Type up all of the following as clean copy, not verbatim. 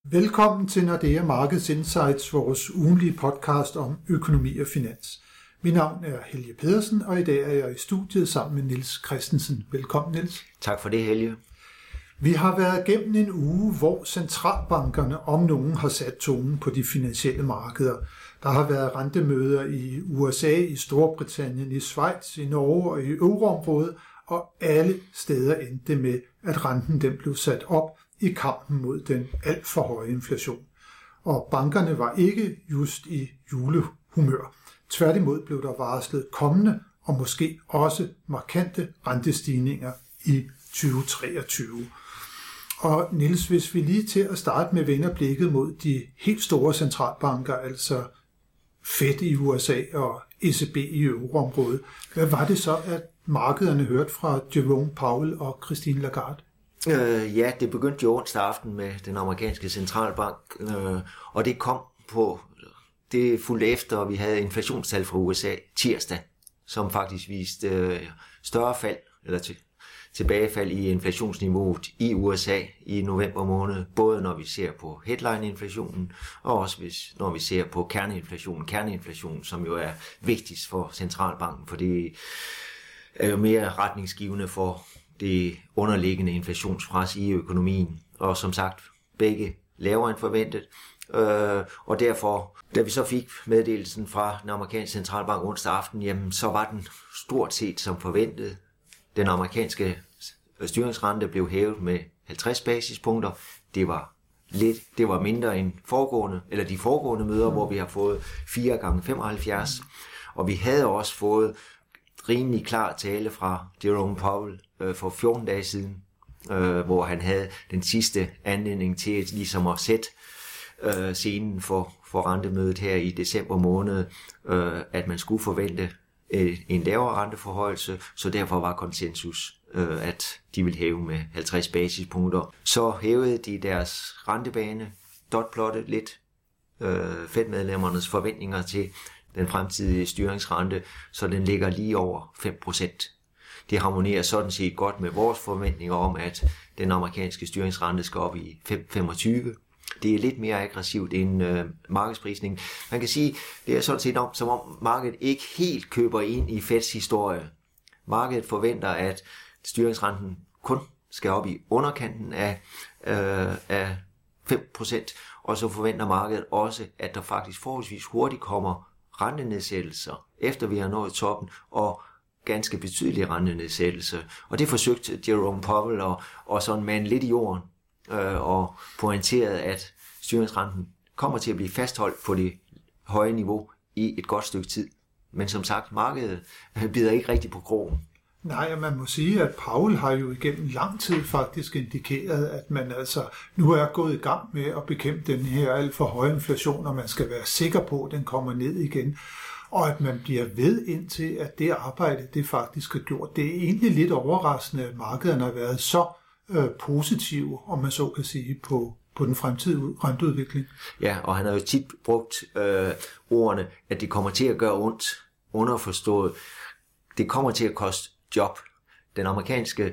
Velkommen til Nordea Markets Insights, vores ugenlige podcast om økonomi og finans. Mit navn er Helge Pedersen, og i dag er jeg i studiet sammen med Niels Christensen. Velkommen, Niels. Tak for det, Helge. Vi har været gennem en uge, hvor centralbankerne om nogen har sat tonen på de finansielle markeder. Der har været rentemøder i USA, i Storbritannien, i Schweiz, i Norge og i euroområdet, og alle steder endte med, at renten den blev sat op i kampen mod den alt for høje inflation. Og bankerne var ikke just i julehumør. Tværtimod blev der varslet kommende og måske også markante rentestigninger i 2023. Og Niels, hvis vi lige til at starte med vender blikket mod de helt store centralbanker, altså Fed i USA og ECB i euroområdet, hvad var det så, at markederne hørte fra Jerome Powell og Christine Lagarde? Ja, det begyndte jo onsdag aften med den amerikanske centralbank, og det kom på, det fulgte efter, og vi havde inflationstal fra USA tirsdag, som faktisk viste større fald, eller tilbagefald i inflationsniveauet i USA i november måned, både når vi ser på headline-inflationen, og også når vi ser på kerneinflationen, som jo er vigtigst for centralbanken, for det er jo mere retningsgivende for det underliggende inflationspres i økonomien, og som sagt, begge lavere end forventet. Og derfor, da vi så fik meddelelsen fra den amerikanske centralbank onsdag aften, jamen, så var den stort set som forventet. Den amerikanske styringsrente blev hævet med 50 basispunkter. Det var mindre end de foregående møder, hvor vi har fået 4 gange 75. Og vi havde også fået rimelig klar tale fra Jerome Powell for 14 dage siden, hvor han havde den sidste anledning til ligesom at sætte scenen for rentemødet her i december måned, at man skulle forvente en lavere renteforhøjelse, så derfor var konsensus, at de ville hæve med 50 basispunkter. Så hævede de deres rentebane, dotplottet lidt Fed-medlemmernes forventninger til den fremtidige styringsrente, så den ligger lige over 5%. Det harmonerer sådan set godt med vores forventninger om, at den amerikanske styringsrente skal op i 5,25. Det er lidt mere aggressivt end markedsprisning. Man kan sige, det er sådan set som om markedet ikke helt køber ind i Feds historie. Markedet forventer, at styringsrenten kun skal op i underkanten af 5%, og så forventer markedet også, at der faktisk forholdsvis hurtigt kommer rentenedsættelser, efter vi har nået toppen, og ganske betydelige rentenedsættelser. Og det forsøgte Jerome Powell og sådan man lidt i jorden, og pointerede, at styringsrenten kommer til at blive fastholdt på det høje niveau i et godt stykke tid. Men som sagt, markedet bider ikke rigtig på krogen. Nej, og man må sige, at Powell har jo igennem lang tid faktisk indikeret, at man altså nu er gået i gang med at bekæmpe den her alt for høje inflation, og man skal være sikker på, at den kommer ned igen. Og at man bliver ved indtil, at det arbejde, det faktisk er gjort. Det er egentlig lidt overraskende, at markederne har været så positive, om man så kan sige, på den fremtidige renteudvikling. Ja, og han har jo tit brugt ordene, at det kommer til at gøre ondt, underforstået. Det kommer til at koste job. Den amerikanske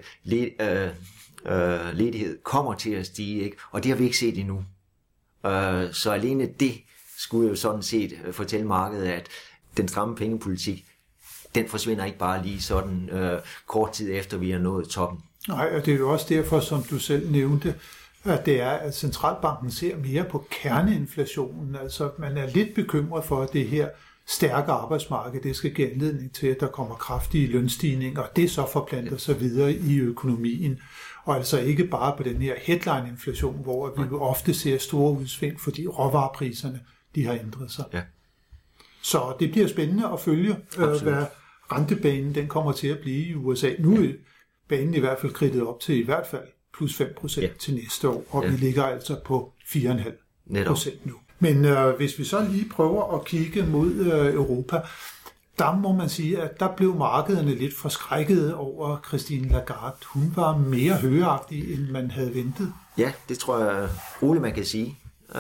ledighed kommer til at stige, ikke? Og det har vi ikke set endnu. Så alene det skulle jo sådan set fortælle markedet, at den stramme pengepolitik, den forsvinder ikke bare lige sådan kort tid efter, vi har nået toppen. Nej, og det er jo også derfor, som du selv nævnte, at det er, at centralbanken ser mere på kerneinflationen. Altså, man er lidt bekymret for, at det her stærke arbejdsmarked, det skal give anledning til, at der kommer kraftige lønstigninger, og det så forplanter sig videre i økonomien. Og altså ikke bare på den her headline-inflation, hvor vi jo ofte ser store udsving, fordi råvarepriserne, de har ændret sig. Ja. Så det bliver spændende at følge, hvad rentebanen den kommer til at blive i USA. Nu er banen i hvert fald kridtet op til i hvert fald plus 5% til næste år, og vi ligger altså på 4,5% nu. Men hvis vi så lige prøver at kigge mod Europa, der må man sige, at der blev markederne lidt forskrækket over Christine Lagarde. Hun var mere højagtig, end man havde ventet. Ja, det tror jeg roligt, man kan sige.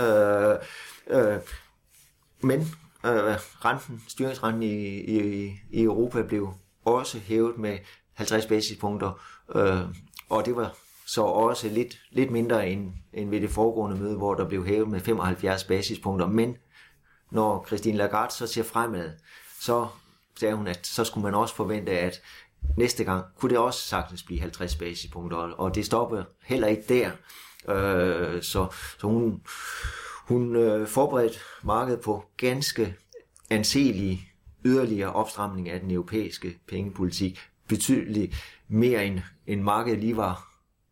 Men styringsrenten i Europa blev også hævet med 50 basispunkter, og det var så også lidt mindre end ved det foregående møde, hvor der blev hævet med 75 basispunkter. Men når Christine Lagarde så ser fremad, så sagde hun, at så skulle man også forvente, at næste gang kunne det også sagtens blive 50 basispunkter, og det stopper heller ikke der. Så hun forberedte markedet på ganske anselig yderligere opstramning af den europæiske pengepolitik, betydeligt mere end markedet lige var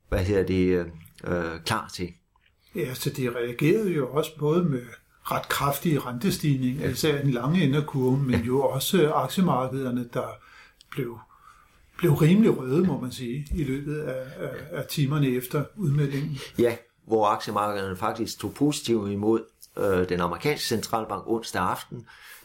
klar til. Ja, så de reagerede jo også både med ret kraftige rentestigninger, især den lange ende af kurven, men jo også aktiemarkederne, der blev rimelig røde, må man sige, i løbet af timerne efter udmeldingen. Ja, hvor aktiemarkederne faktisk tog positivt imod den amerikanske centralbank onsdag aften.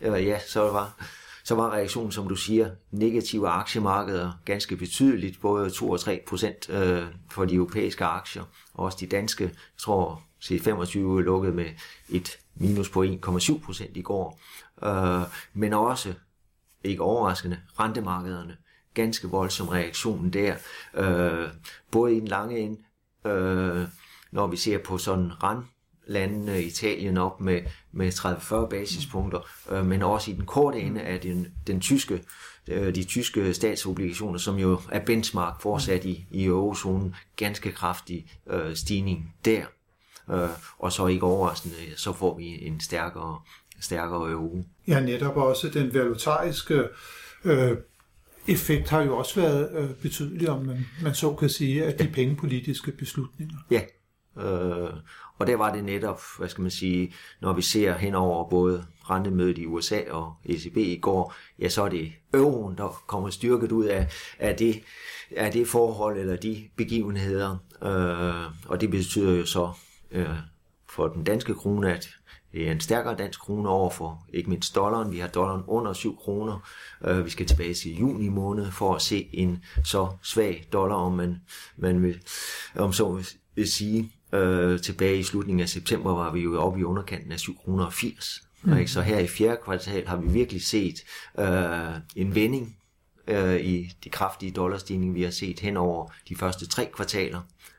Så var reaktionen, som du siger, negative aktiemarkeder ganske betydeligt, både 2 og 3% for de europæiske aktier, og også de danske, jeg tror, C25 lukkede med et minus på 1,7% i går. Men også, ikke overraskende, rentemarkederne. Ganske voldsom reaktion der. Både i den lange ende, når vi ser på sådan landene, Italien op med 30-40 basispunkter, men også i den korte ende af de tyske statsobligationer, som jo er benchmark fortsat i eurozonen, ganske kraftig stigning der. Og så ikke overraskende, så får vi en stærkere euro. Ja, netop også den valutariske effekt har jo også været betydelig, om man så kan sige, at de pengepolitiske beslutninger. Ja, og der var det netop, når vi ser henover både rentemødet i USA og ECB i går, ja, så er det euroen, der kommer styrket ud af det forhold eller de begivenheder, og det betyder jo så for den danske krone, at det er en stærkere dansk krone over for ikke mindst dollaren. Vi har dollaren under 7 kroner. Vi skal tilbage til juni måned for at se en så svag dollar, om så vil sige. Tilbage i slutningen af september var vi jo oppe i underkanten af 7,80 kroner. Så her i fjerde kvartal har vi virkelig set en vending i de kraftige dollarstigninger, vi har set hen over de første 3 kvartaler.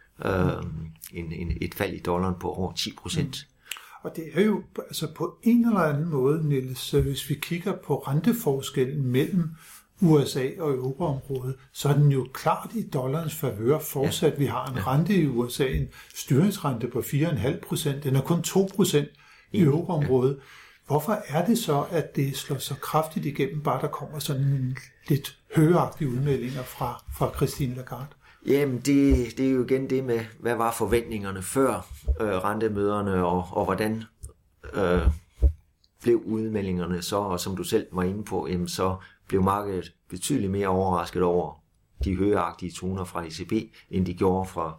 Et fald i dollaren på over 10%. Og det er jo altså på en eller anden måde, Niels, hvis vi kigger på renteforskellen mellem USA og euroområdet, så er den jo klart i dollarens favør fortsat. Ja. Vi har en rente i USA, en styringsrente på 4,5%. Den er kun 2% i euroområdet. Ja. Hvorfor er det så, at det slår så kraftigt igennem, bare der kommer sådan en lidt højagtige udmeldinger fra Christine Lagarde? Jamen, det er jo igen det med, hvad var forventningerne før rentemøderne, og hvordan blev udmeldingerne så, og som du selv var inde på, jamen, så blev markedet betydeligt mere overrasket over de højagtige toner fra ECB, end de gjorde fra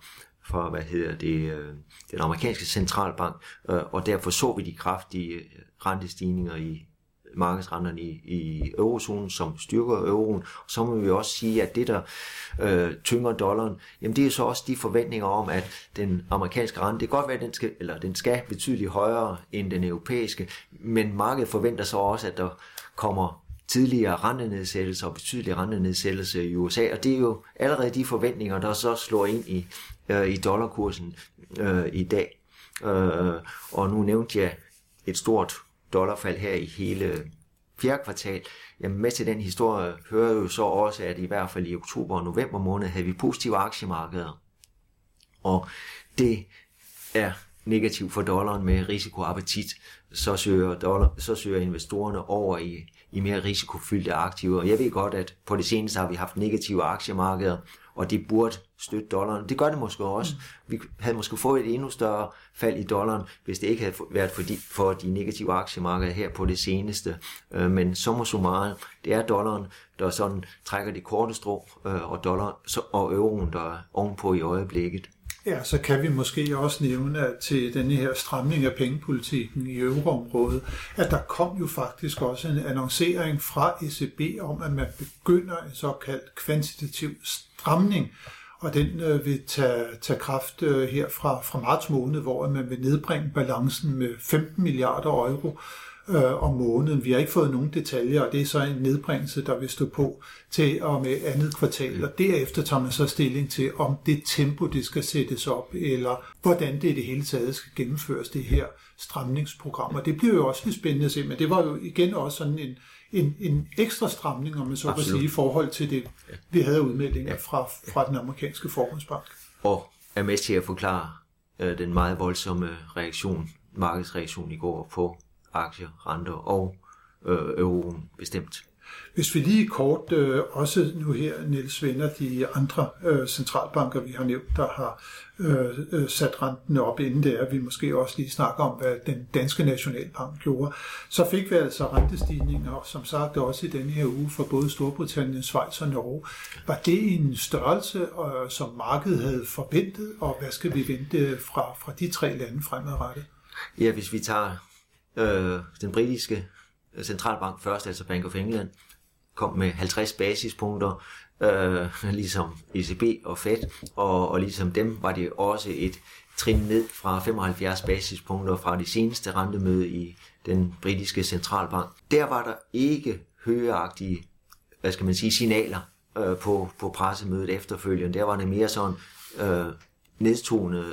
den amerikanske centralbank, og derfor så vi de kraftige rentestigninger i markedsrenterne i eurozonen, som styrker euroen. Så må vi også sige, at det, der tynger dollaren, jamen det er så også de forventninger om, at den amerikanske rente, det kan godt være, at den skal betydeligt højere end den europæiske, men markedet forventer så også, at der kommer tidligere rentenedsættelser og betydelige rentenedsættelser i USA, og det er jo allerede de forventninger, der så slår ind i dollarkursen i dag. Og nu nævnte jeg et stort dollarfald her i hele fjerde kvartal. Jamen med til den historie hører jo så også, at i hvert fald i oktober og november måned havde vi positive aktiemarkeder. Og det er negativt for dollaren med risikoappetit. Så søger investorerne over i mere risikofyldte aktiver. Jeg ved godt, at på det seneste har vi haft negative aktiemarkeder, og det burde støtte dollaren. Det gør det måske også. Vi havde måske fået et endnu større fald i dollaren, hvis det ikke havde været for de negative aktiemarkeder her på det seneste. Men summa summarum, det er dollaren, der sådan trækker det korte strå, og euroen, der er ovenpå i øjeblikket. Ja, så kan vi måske også nævne, at til denne her stramning af pengepolitikken i euroområdet, at der kom jo faktisk også en annoncering fra ECB om, at man begynder en såkaldt kvantitativ stramning, og den vil tage kraft her fra marts måned, hvor man vil nedbringe balancen med 15 milliarder euro om måneden. Vi har ikke fået nogen detaljer, og det er så en nedbringelse, der vil stå på til og med andet kvartal. Og derefter tager man så stilling til, om det tempo, det skal sættes op, eller hvordan det i det hele taget skal gennemføres, det her stramningsprogram. Og det bliver jo også lidt spændende at se, men det var jo igen også sådan en ekstra stramning, om man så kan sige, i forhold til det, vi havde udmeldinger fra den amerikanske forbundsbank. Og er med til at forklare den meget voldsomme markedsreaktion i går på aktier, renter og euroen bestemt. Hvis vi lige kort også nu her, Niels, vender de andre centralbanker, vi har nævnt, der har sat renten op, inden det er, vi måske også lige snakker om, hvad den danske nationalbank gjorde, så fik vi altså rentestigninger, som sagt også i denne her uge for både Storbritannien, Schweiz og Norge. Var det en størrelse, som markedet havde forventet, og hvad skal vi vente fra de tre lande fremadrettet? Ja, hvis vi tager den britiske centralbank først, altså Bank of England, kom med 50 basispunkter, ligesom ECB og Fed, og ligesom dem var det også et trin ned fra 75 basispunkter fra det seneste rentemøde i den britiske centralbank. Der var der ikke højeagtige, signaler på pressemødet efterfølgende. Der var det mere sådan nedtonede,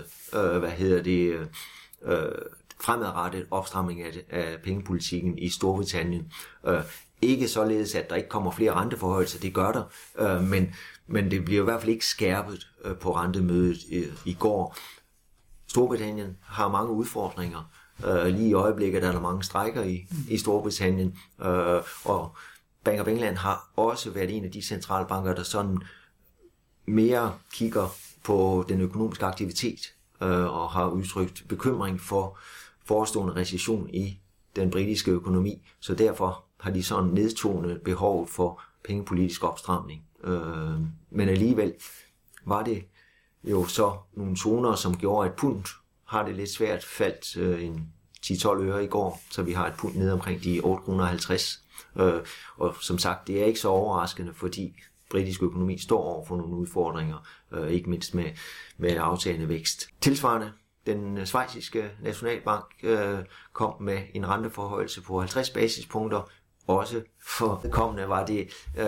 fremadrettet opstramning af pengepolitikken i Storbritannien. Ikke således, at der ikke kommer flere renteforhøjelser, det gør der, men det bliver i hvert fald ikke skærpet på rentemødet i går. Storbritannien har mange udfordringer. Lige i øjeblikket er der mange strejker i Storbritannien, og Bank of England har også været en af de centralbanker, der sådan mere kigger på den økonomiske aktivitet og har udtrykt bekymring for forestående recession i den britiske økonomi, så derfor har de sådan nedtonet behov for pengepolitisk opstramning. Men alligevel var det jo så nogle zoner, som gjorde, at pund har det lidt svært, faldt en 10-12 øre i går, så vi har et pund ned omkring de 8,50 kr. Og som sagt, det er ikke så overraskende, fordi britisk økonomi står over for nogle udfordringer, ikke mindst med aftagende vækst. Tilsvarende, den schweiziske nationalbank kom med en renteforhøjelse på 50 basispunkter. Også for kommende var det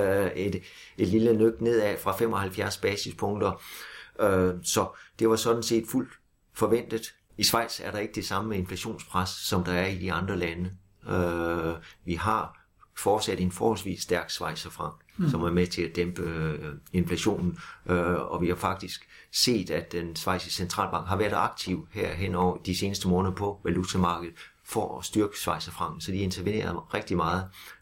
et lille nøk nedad fra 75 basispunkter. Så det var sådan set fuldt forventet. I Schweiz er der ikke det samme inflationspres, som der er i de andre lande. Vi har fortsat en forholdsvis stærk schweizerfranc, som er med til at dæmpe inflationen. Og vi har faktisk set, at den schweiziske centralbank har været aktiv her hen over de seneste måneder på valutamarkedet for at styrke schweizerfrancen, så de intervenerer rigtig meget.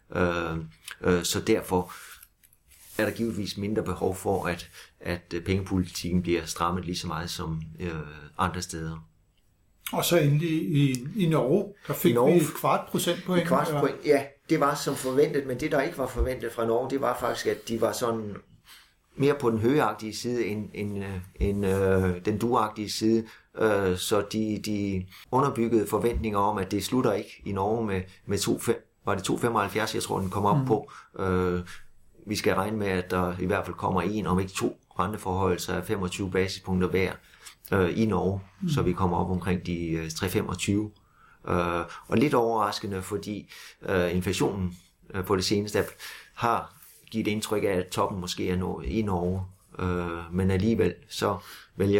Så derfor er der givetvis mindre behov for, at pengepolitikken bliver strammet lige så meget som andre steder. Og så endelig i Norge, der fik vi et kvart procentpoint. Ja, det var som forventet, men det der ikke var forventet fra Norge, det var faktisk, at de var sådan mere på den højagtige side end den duagtige side. Så de underbyggede forventninger om, at det slutter ikke i Norge med 2,75, jeg tror den kom op på. Vi skal regne med, at der i hvert fald kommer en, om ikke to renteforhøjelser af 25 basispunkter hver i Norge, så vi kommer op omkring de 3,25. Og lidt overraskende, fordi inflationen på det seneste har givet indtryk af, at toppen måske er nået i Norge, men alligevel så vælger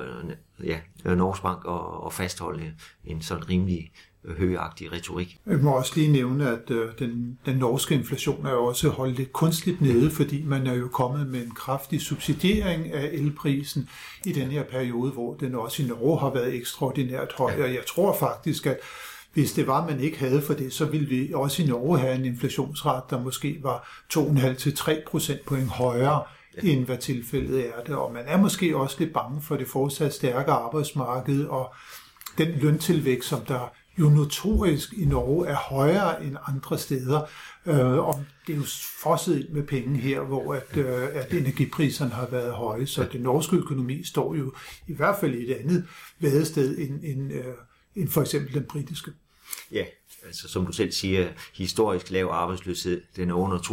Norges Bank at fastholde en sådan rimelig højagtig retorik. Jeg må også lige nævne, at den norske inflation er jo også holdt lidt kunstigt nede, fordi man er jo kommet med en kraftig subsidiering af elprisen i den her periode, hvor den også i Norge har været ekstraordinært høj. Og jeg tror faktisk, at hvis det var, man ikke havde for det, så ville vi også i Norge have en inflationsret, der måske var 2,5-3 procentpoint højere, end hvad tilfældet er det. Og man er måske også lidt bange for det fortsat stærke arbejdsmarked og den løntilvækst, som der jo notorisk i Norge er højere end andre steder. Og det er jo fosset med penge her, hvor at energipriserne har været høje. Så den norske økonomi står jo i hvert fald i et andet vadested end for eksempel den britiske. Ja, altså som du selv siger, historisk lav arbejdsløshed, den er under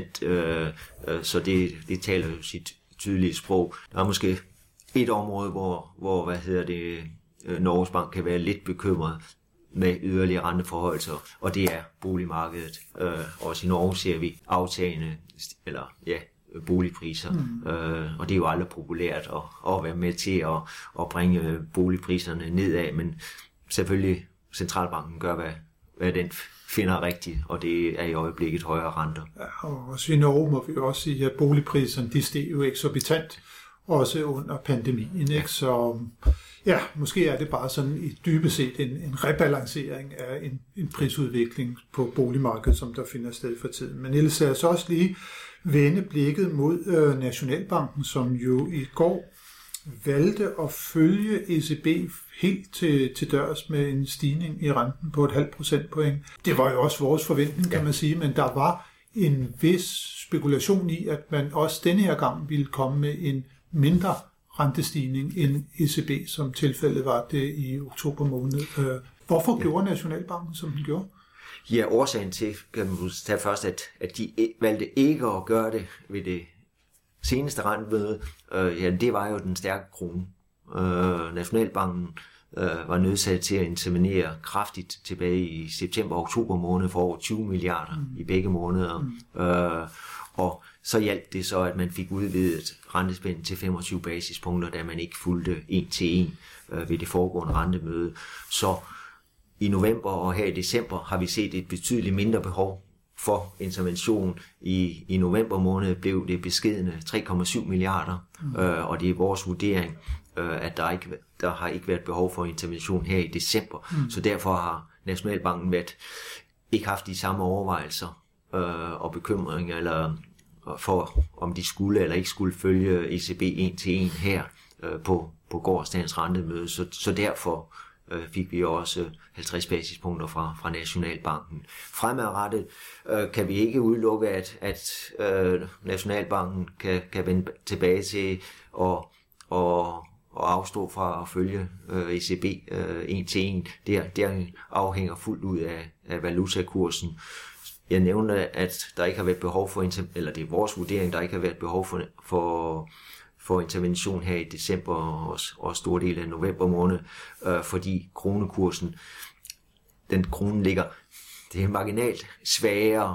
2%, så det taler jo sit tydelige sprog. Der er måske et område, hvor Norges Bank kan være lidt bekymret, med yderligere renteforholdelser, og det er boligmarkedet. Også i Norge ser vi aftagende, boligpriser, og det er jo aldrig populært at være med til at bringe boligpriserne nedad, men selvfølgelig centralbanken gør, hvad den finder rigtigt, og det er i øjeblikket højere renter. Ja, og også i Norge må vi jo også sige, at boligpriserne de steg jo eksorbitant, også under pandemien, ikke? Så ja, måske er det bare sådan i dybest set en rebalancering af en prisudvikling på boligmarkedet, som der finder sted for tiden. Men ellers er så også lige vende blikket mod Nationalbanken, som jo i går valgte at følge ECB helt til dørs med en stigning i renten på 0,5 procentpoint. Det var jo også vores forventning, kan man sige, men der var en vis spekulation i, at man også denne her gang ville komme med en mindre rentestigning end ECB, som tilfældet var det i oktober måned. Hvorfor gjorde Nationalbanken, som den gjorde? Ja, årsagen til, kan man tage først, at de valgte ikke at gøre det ved det seneste rentemøde, det var jo den stærke krone. Nationalbanken var nødsaget til at intervenere kraftigt tilbage i september og oktober måned for over 20 milliarder i begge måneder. Og så hjalp det så, at man fik udvidet rentespændet til 25 basispunkter, da man ikke fulgte 1 til 1 ved det foregående rentemøde. Så i november og her i december har vi set et betydeligt mindre behov for intervention. I november måned blev det beskedne 3,7 milliarder, og det er vores vurdering, at der har ikke været behov for intervention her i december. Så derfor har Nationalbanken ikke haft de samme overvejelser og bekymringer eller for om de skulle eller ikke skulle følge ECB 1 til 1 her på gårsdagens rentemøde. Så derfor fik vi også 50 basispunkter fra Nationalbanken. Fremadrettet kan vi ikke udelukke, at Nationalbanken kan vende tilbage til at afstå fra at følge ECB 1 til 1. Det afhænger fuldt ud af valutakursen. Jeg nævnte, at der ikke har været behov for, eller det er vores vurdering, der ikke har været behov for intervention her i december og stor del af november måned, fordi kronekursen, kronen ligger, det er marginalt svagere,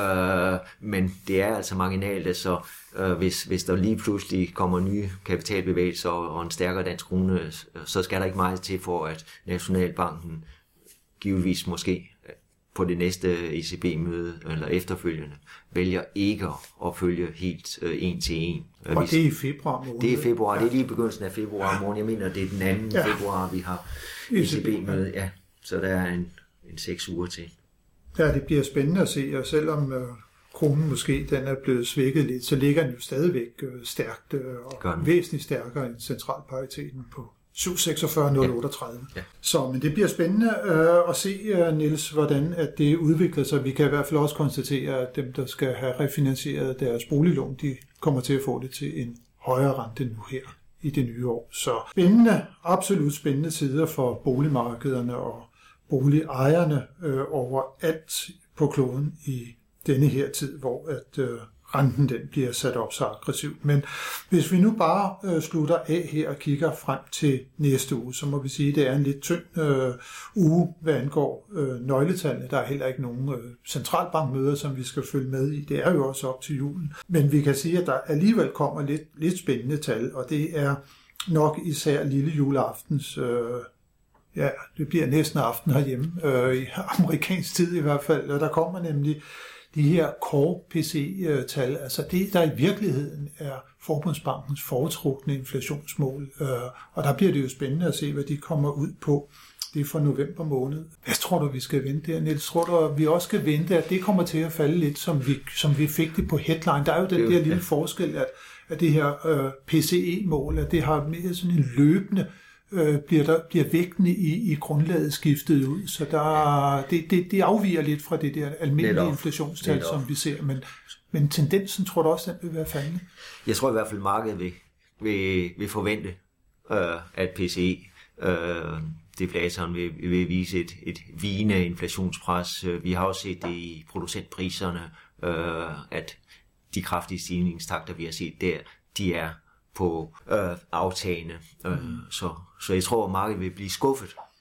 men det er altså marginalt, så hvis der lige pludselig kommer nye kapitalbevægelser og en stærkere dansk krone, så skal der ikke meget til for, at Nationalbanken givetvis måske på det næste ECB-møde eller efterfølgende vælger ikke at følge helt 1 til 1. Og det er i februar måned? Det er februar, det er lige begyndelsen af februar måned. Jeg mener, det er den 2. februar, vi har ECB-møde. Ja, så der er en 6 uger til. Ja, det bliver spændende at se, og selvom kronen måske den er blevet svækket lidt, så ligger den jo stadigvæk stærkt og væsentligt stærkere end centralpariteten på 7,46,038. Ja. Så, men det bliver spændende at se, Niels, hvordan at det udvikler sig. Vi kan i hvert fald også konstatere, at dem, der skal have refinansieret deres boliglån, de kommer til at få det til en højere rente nu her i det nye år. Så spændende, absolut spændende tider for boligmarkederne og boligejerne overalt på kloden i denne her tid, hvor at renten den bliver sat op så aggressivt. Men hvis vi nu bare slutter af her og kigger frem til næste uge, så må vi sige, at det er en lidt tynd uge, hvad angår nøgletallene. Der er heller ikke nogen centralbankmøder, som vi skal følge med i. Det er jo også op til julen. Men vi kan sige, at der alligevel kommer lidt spændende tal, og det er nok især lille juleaftens det bliver næsten aften herhjemme, i amerikansk tid i hvert fald, og der kommer nemlig de her core PCE-tal, altså det, der i virkeligheden er Forbundsbankens foretrukne inflationsmål, og der bliver det jo spændende at se, hvad de kommer ud på. Det er for november måned. Hvad tror du, vi skal vente der, Niels? Tror du, at vi også skal vente, at det kommer til at falde lidt, som vi fik det på headline? Der er jo den der lille forskel, at det her PCE-mål, at det har mere sådan en løbende bliver vægtene i grundlaget skiftet ud, så det afviger lidt fra det der almindelige inflationstal, som vi ser, men tendensen tror du også, den vil være faldende? Jeg tror i hvert fald, markedet vil forvente, at PCE deflatoren vil vise et vigende inflationspres. Vi har også set det i producentpriserne, at de kraftige stigningstakter, vi har set der, de er på aftagende. Så jeg tror, at markedet vil blive skuffet,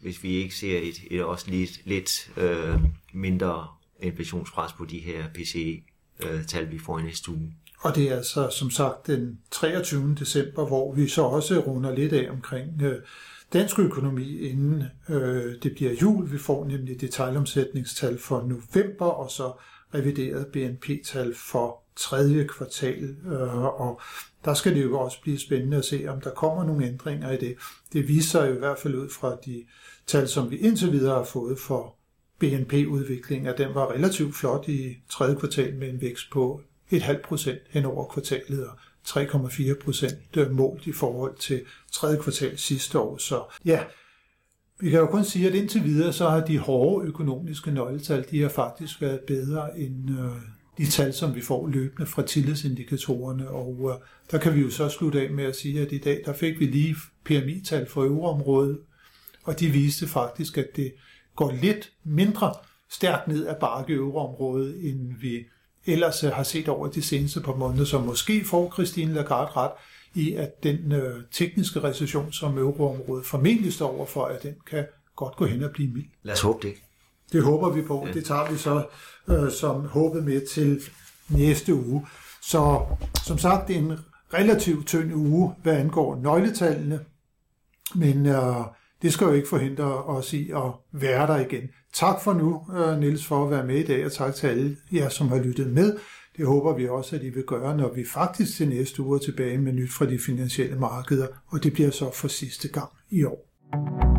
hvis vi ikke ser et også lidt mindre inflationspres på de her PCE-tal, vi får i næste uge. Og det er altså som sagt den 23. december, hvor vi så også runder lidt af omkring dansk økonomi, inden det bliver jul. Vi får nemlig detailomsætningstal for november, og så revideret BNP-tal for tredje kvartal. Og der skal det jo også blive spændende at se, om der kommer nogle ændringer i det. Det viser jo i hvert fald ud fra de tal, som vi indtil videre har fået for BNP-udvikling, at den var relativt flot i tredje kvartal med en vækst på 0,5% hen over kvartalet og 3,4% målt i forhold til tredje kvartal sidste år. Så ja, vi kan jo kun sige, at indtil videre så har de hårde økonomiske nøgletal, de har faktisk været bedre end de tal, som vi får løbende fra tillidsindikatorerne. Og der kan vi jo så slutte af med at sige, at i dag der fik vi lige PMI-tal for euroområdet, og de viste faktisk, at det går lidt mindre stærkt ned ad bakke euroområdet, end vi ellers har set over de seneste par måneder, så måske får Christine Lagarde ret i, at den tekniske recession, som euroområdet formentlig står overfor, at den kan godt gå hen og blive mild. Lad os håbe det. Det håber vi på. Ja. Det tager vi så som håbet med til næste uge. Så som sagt, det er en relativt tynd uge, hvad angår nøgletallene, men det skal jo ikke forhindre os i at være der igen. Tak for nu, Niels, for at være med i dag, og tak til alle jer, som har lyttet med. Det håber vi også, at I vil gøre, når vi faktisk til næste uge er tilbage med nyt fra de finansielle markeder, og det bliver så for sidste gang i år.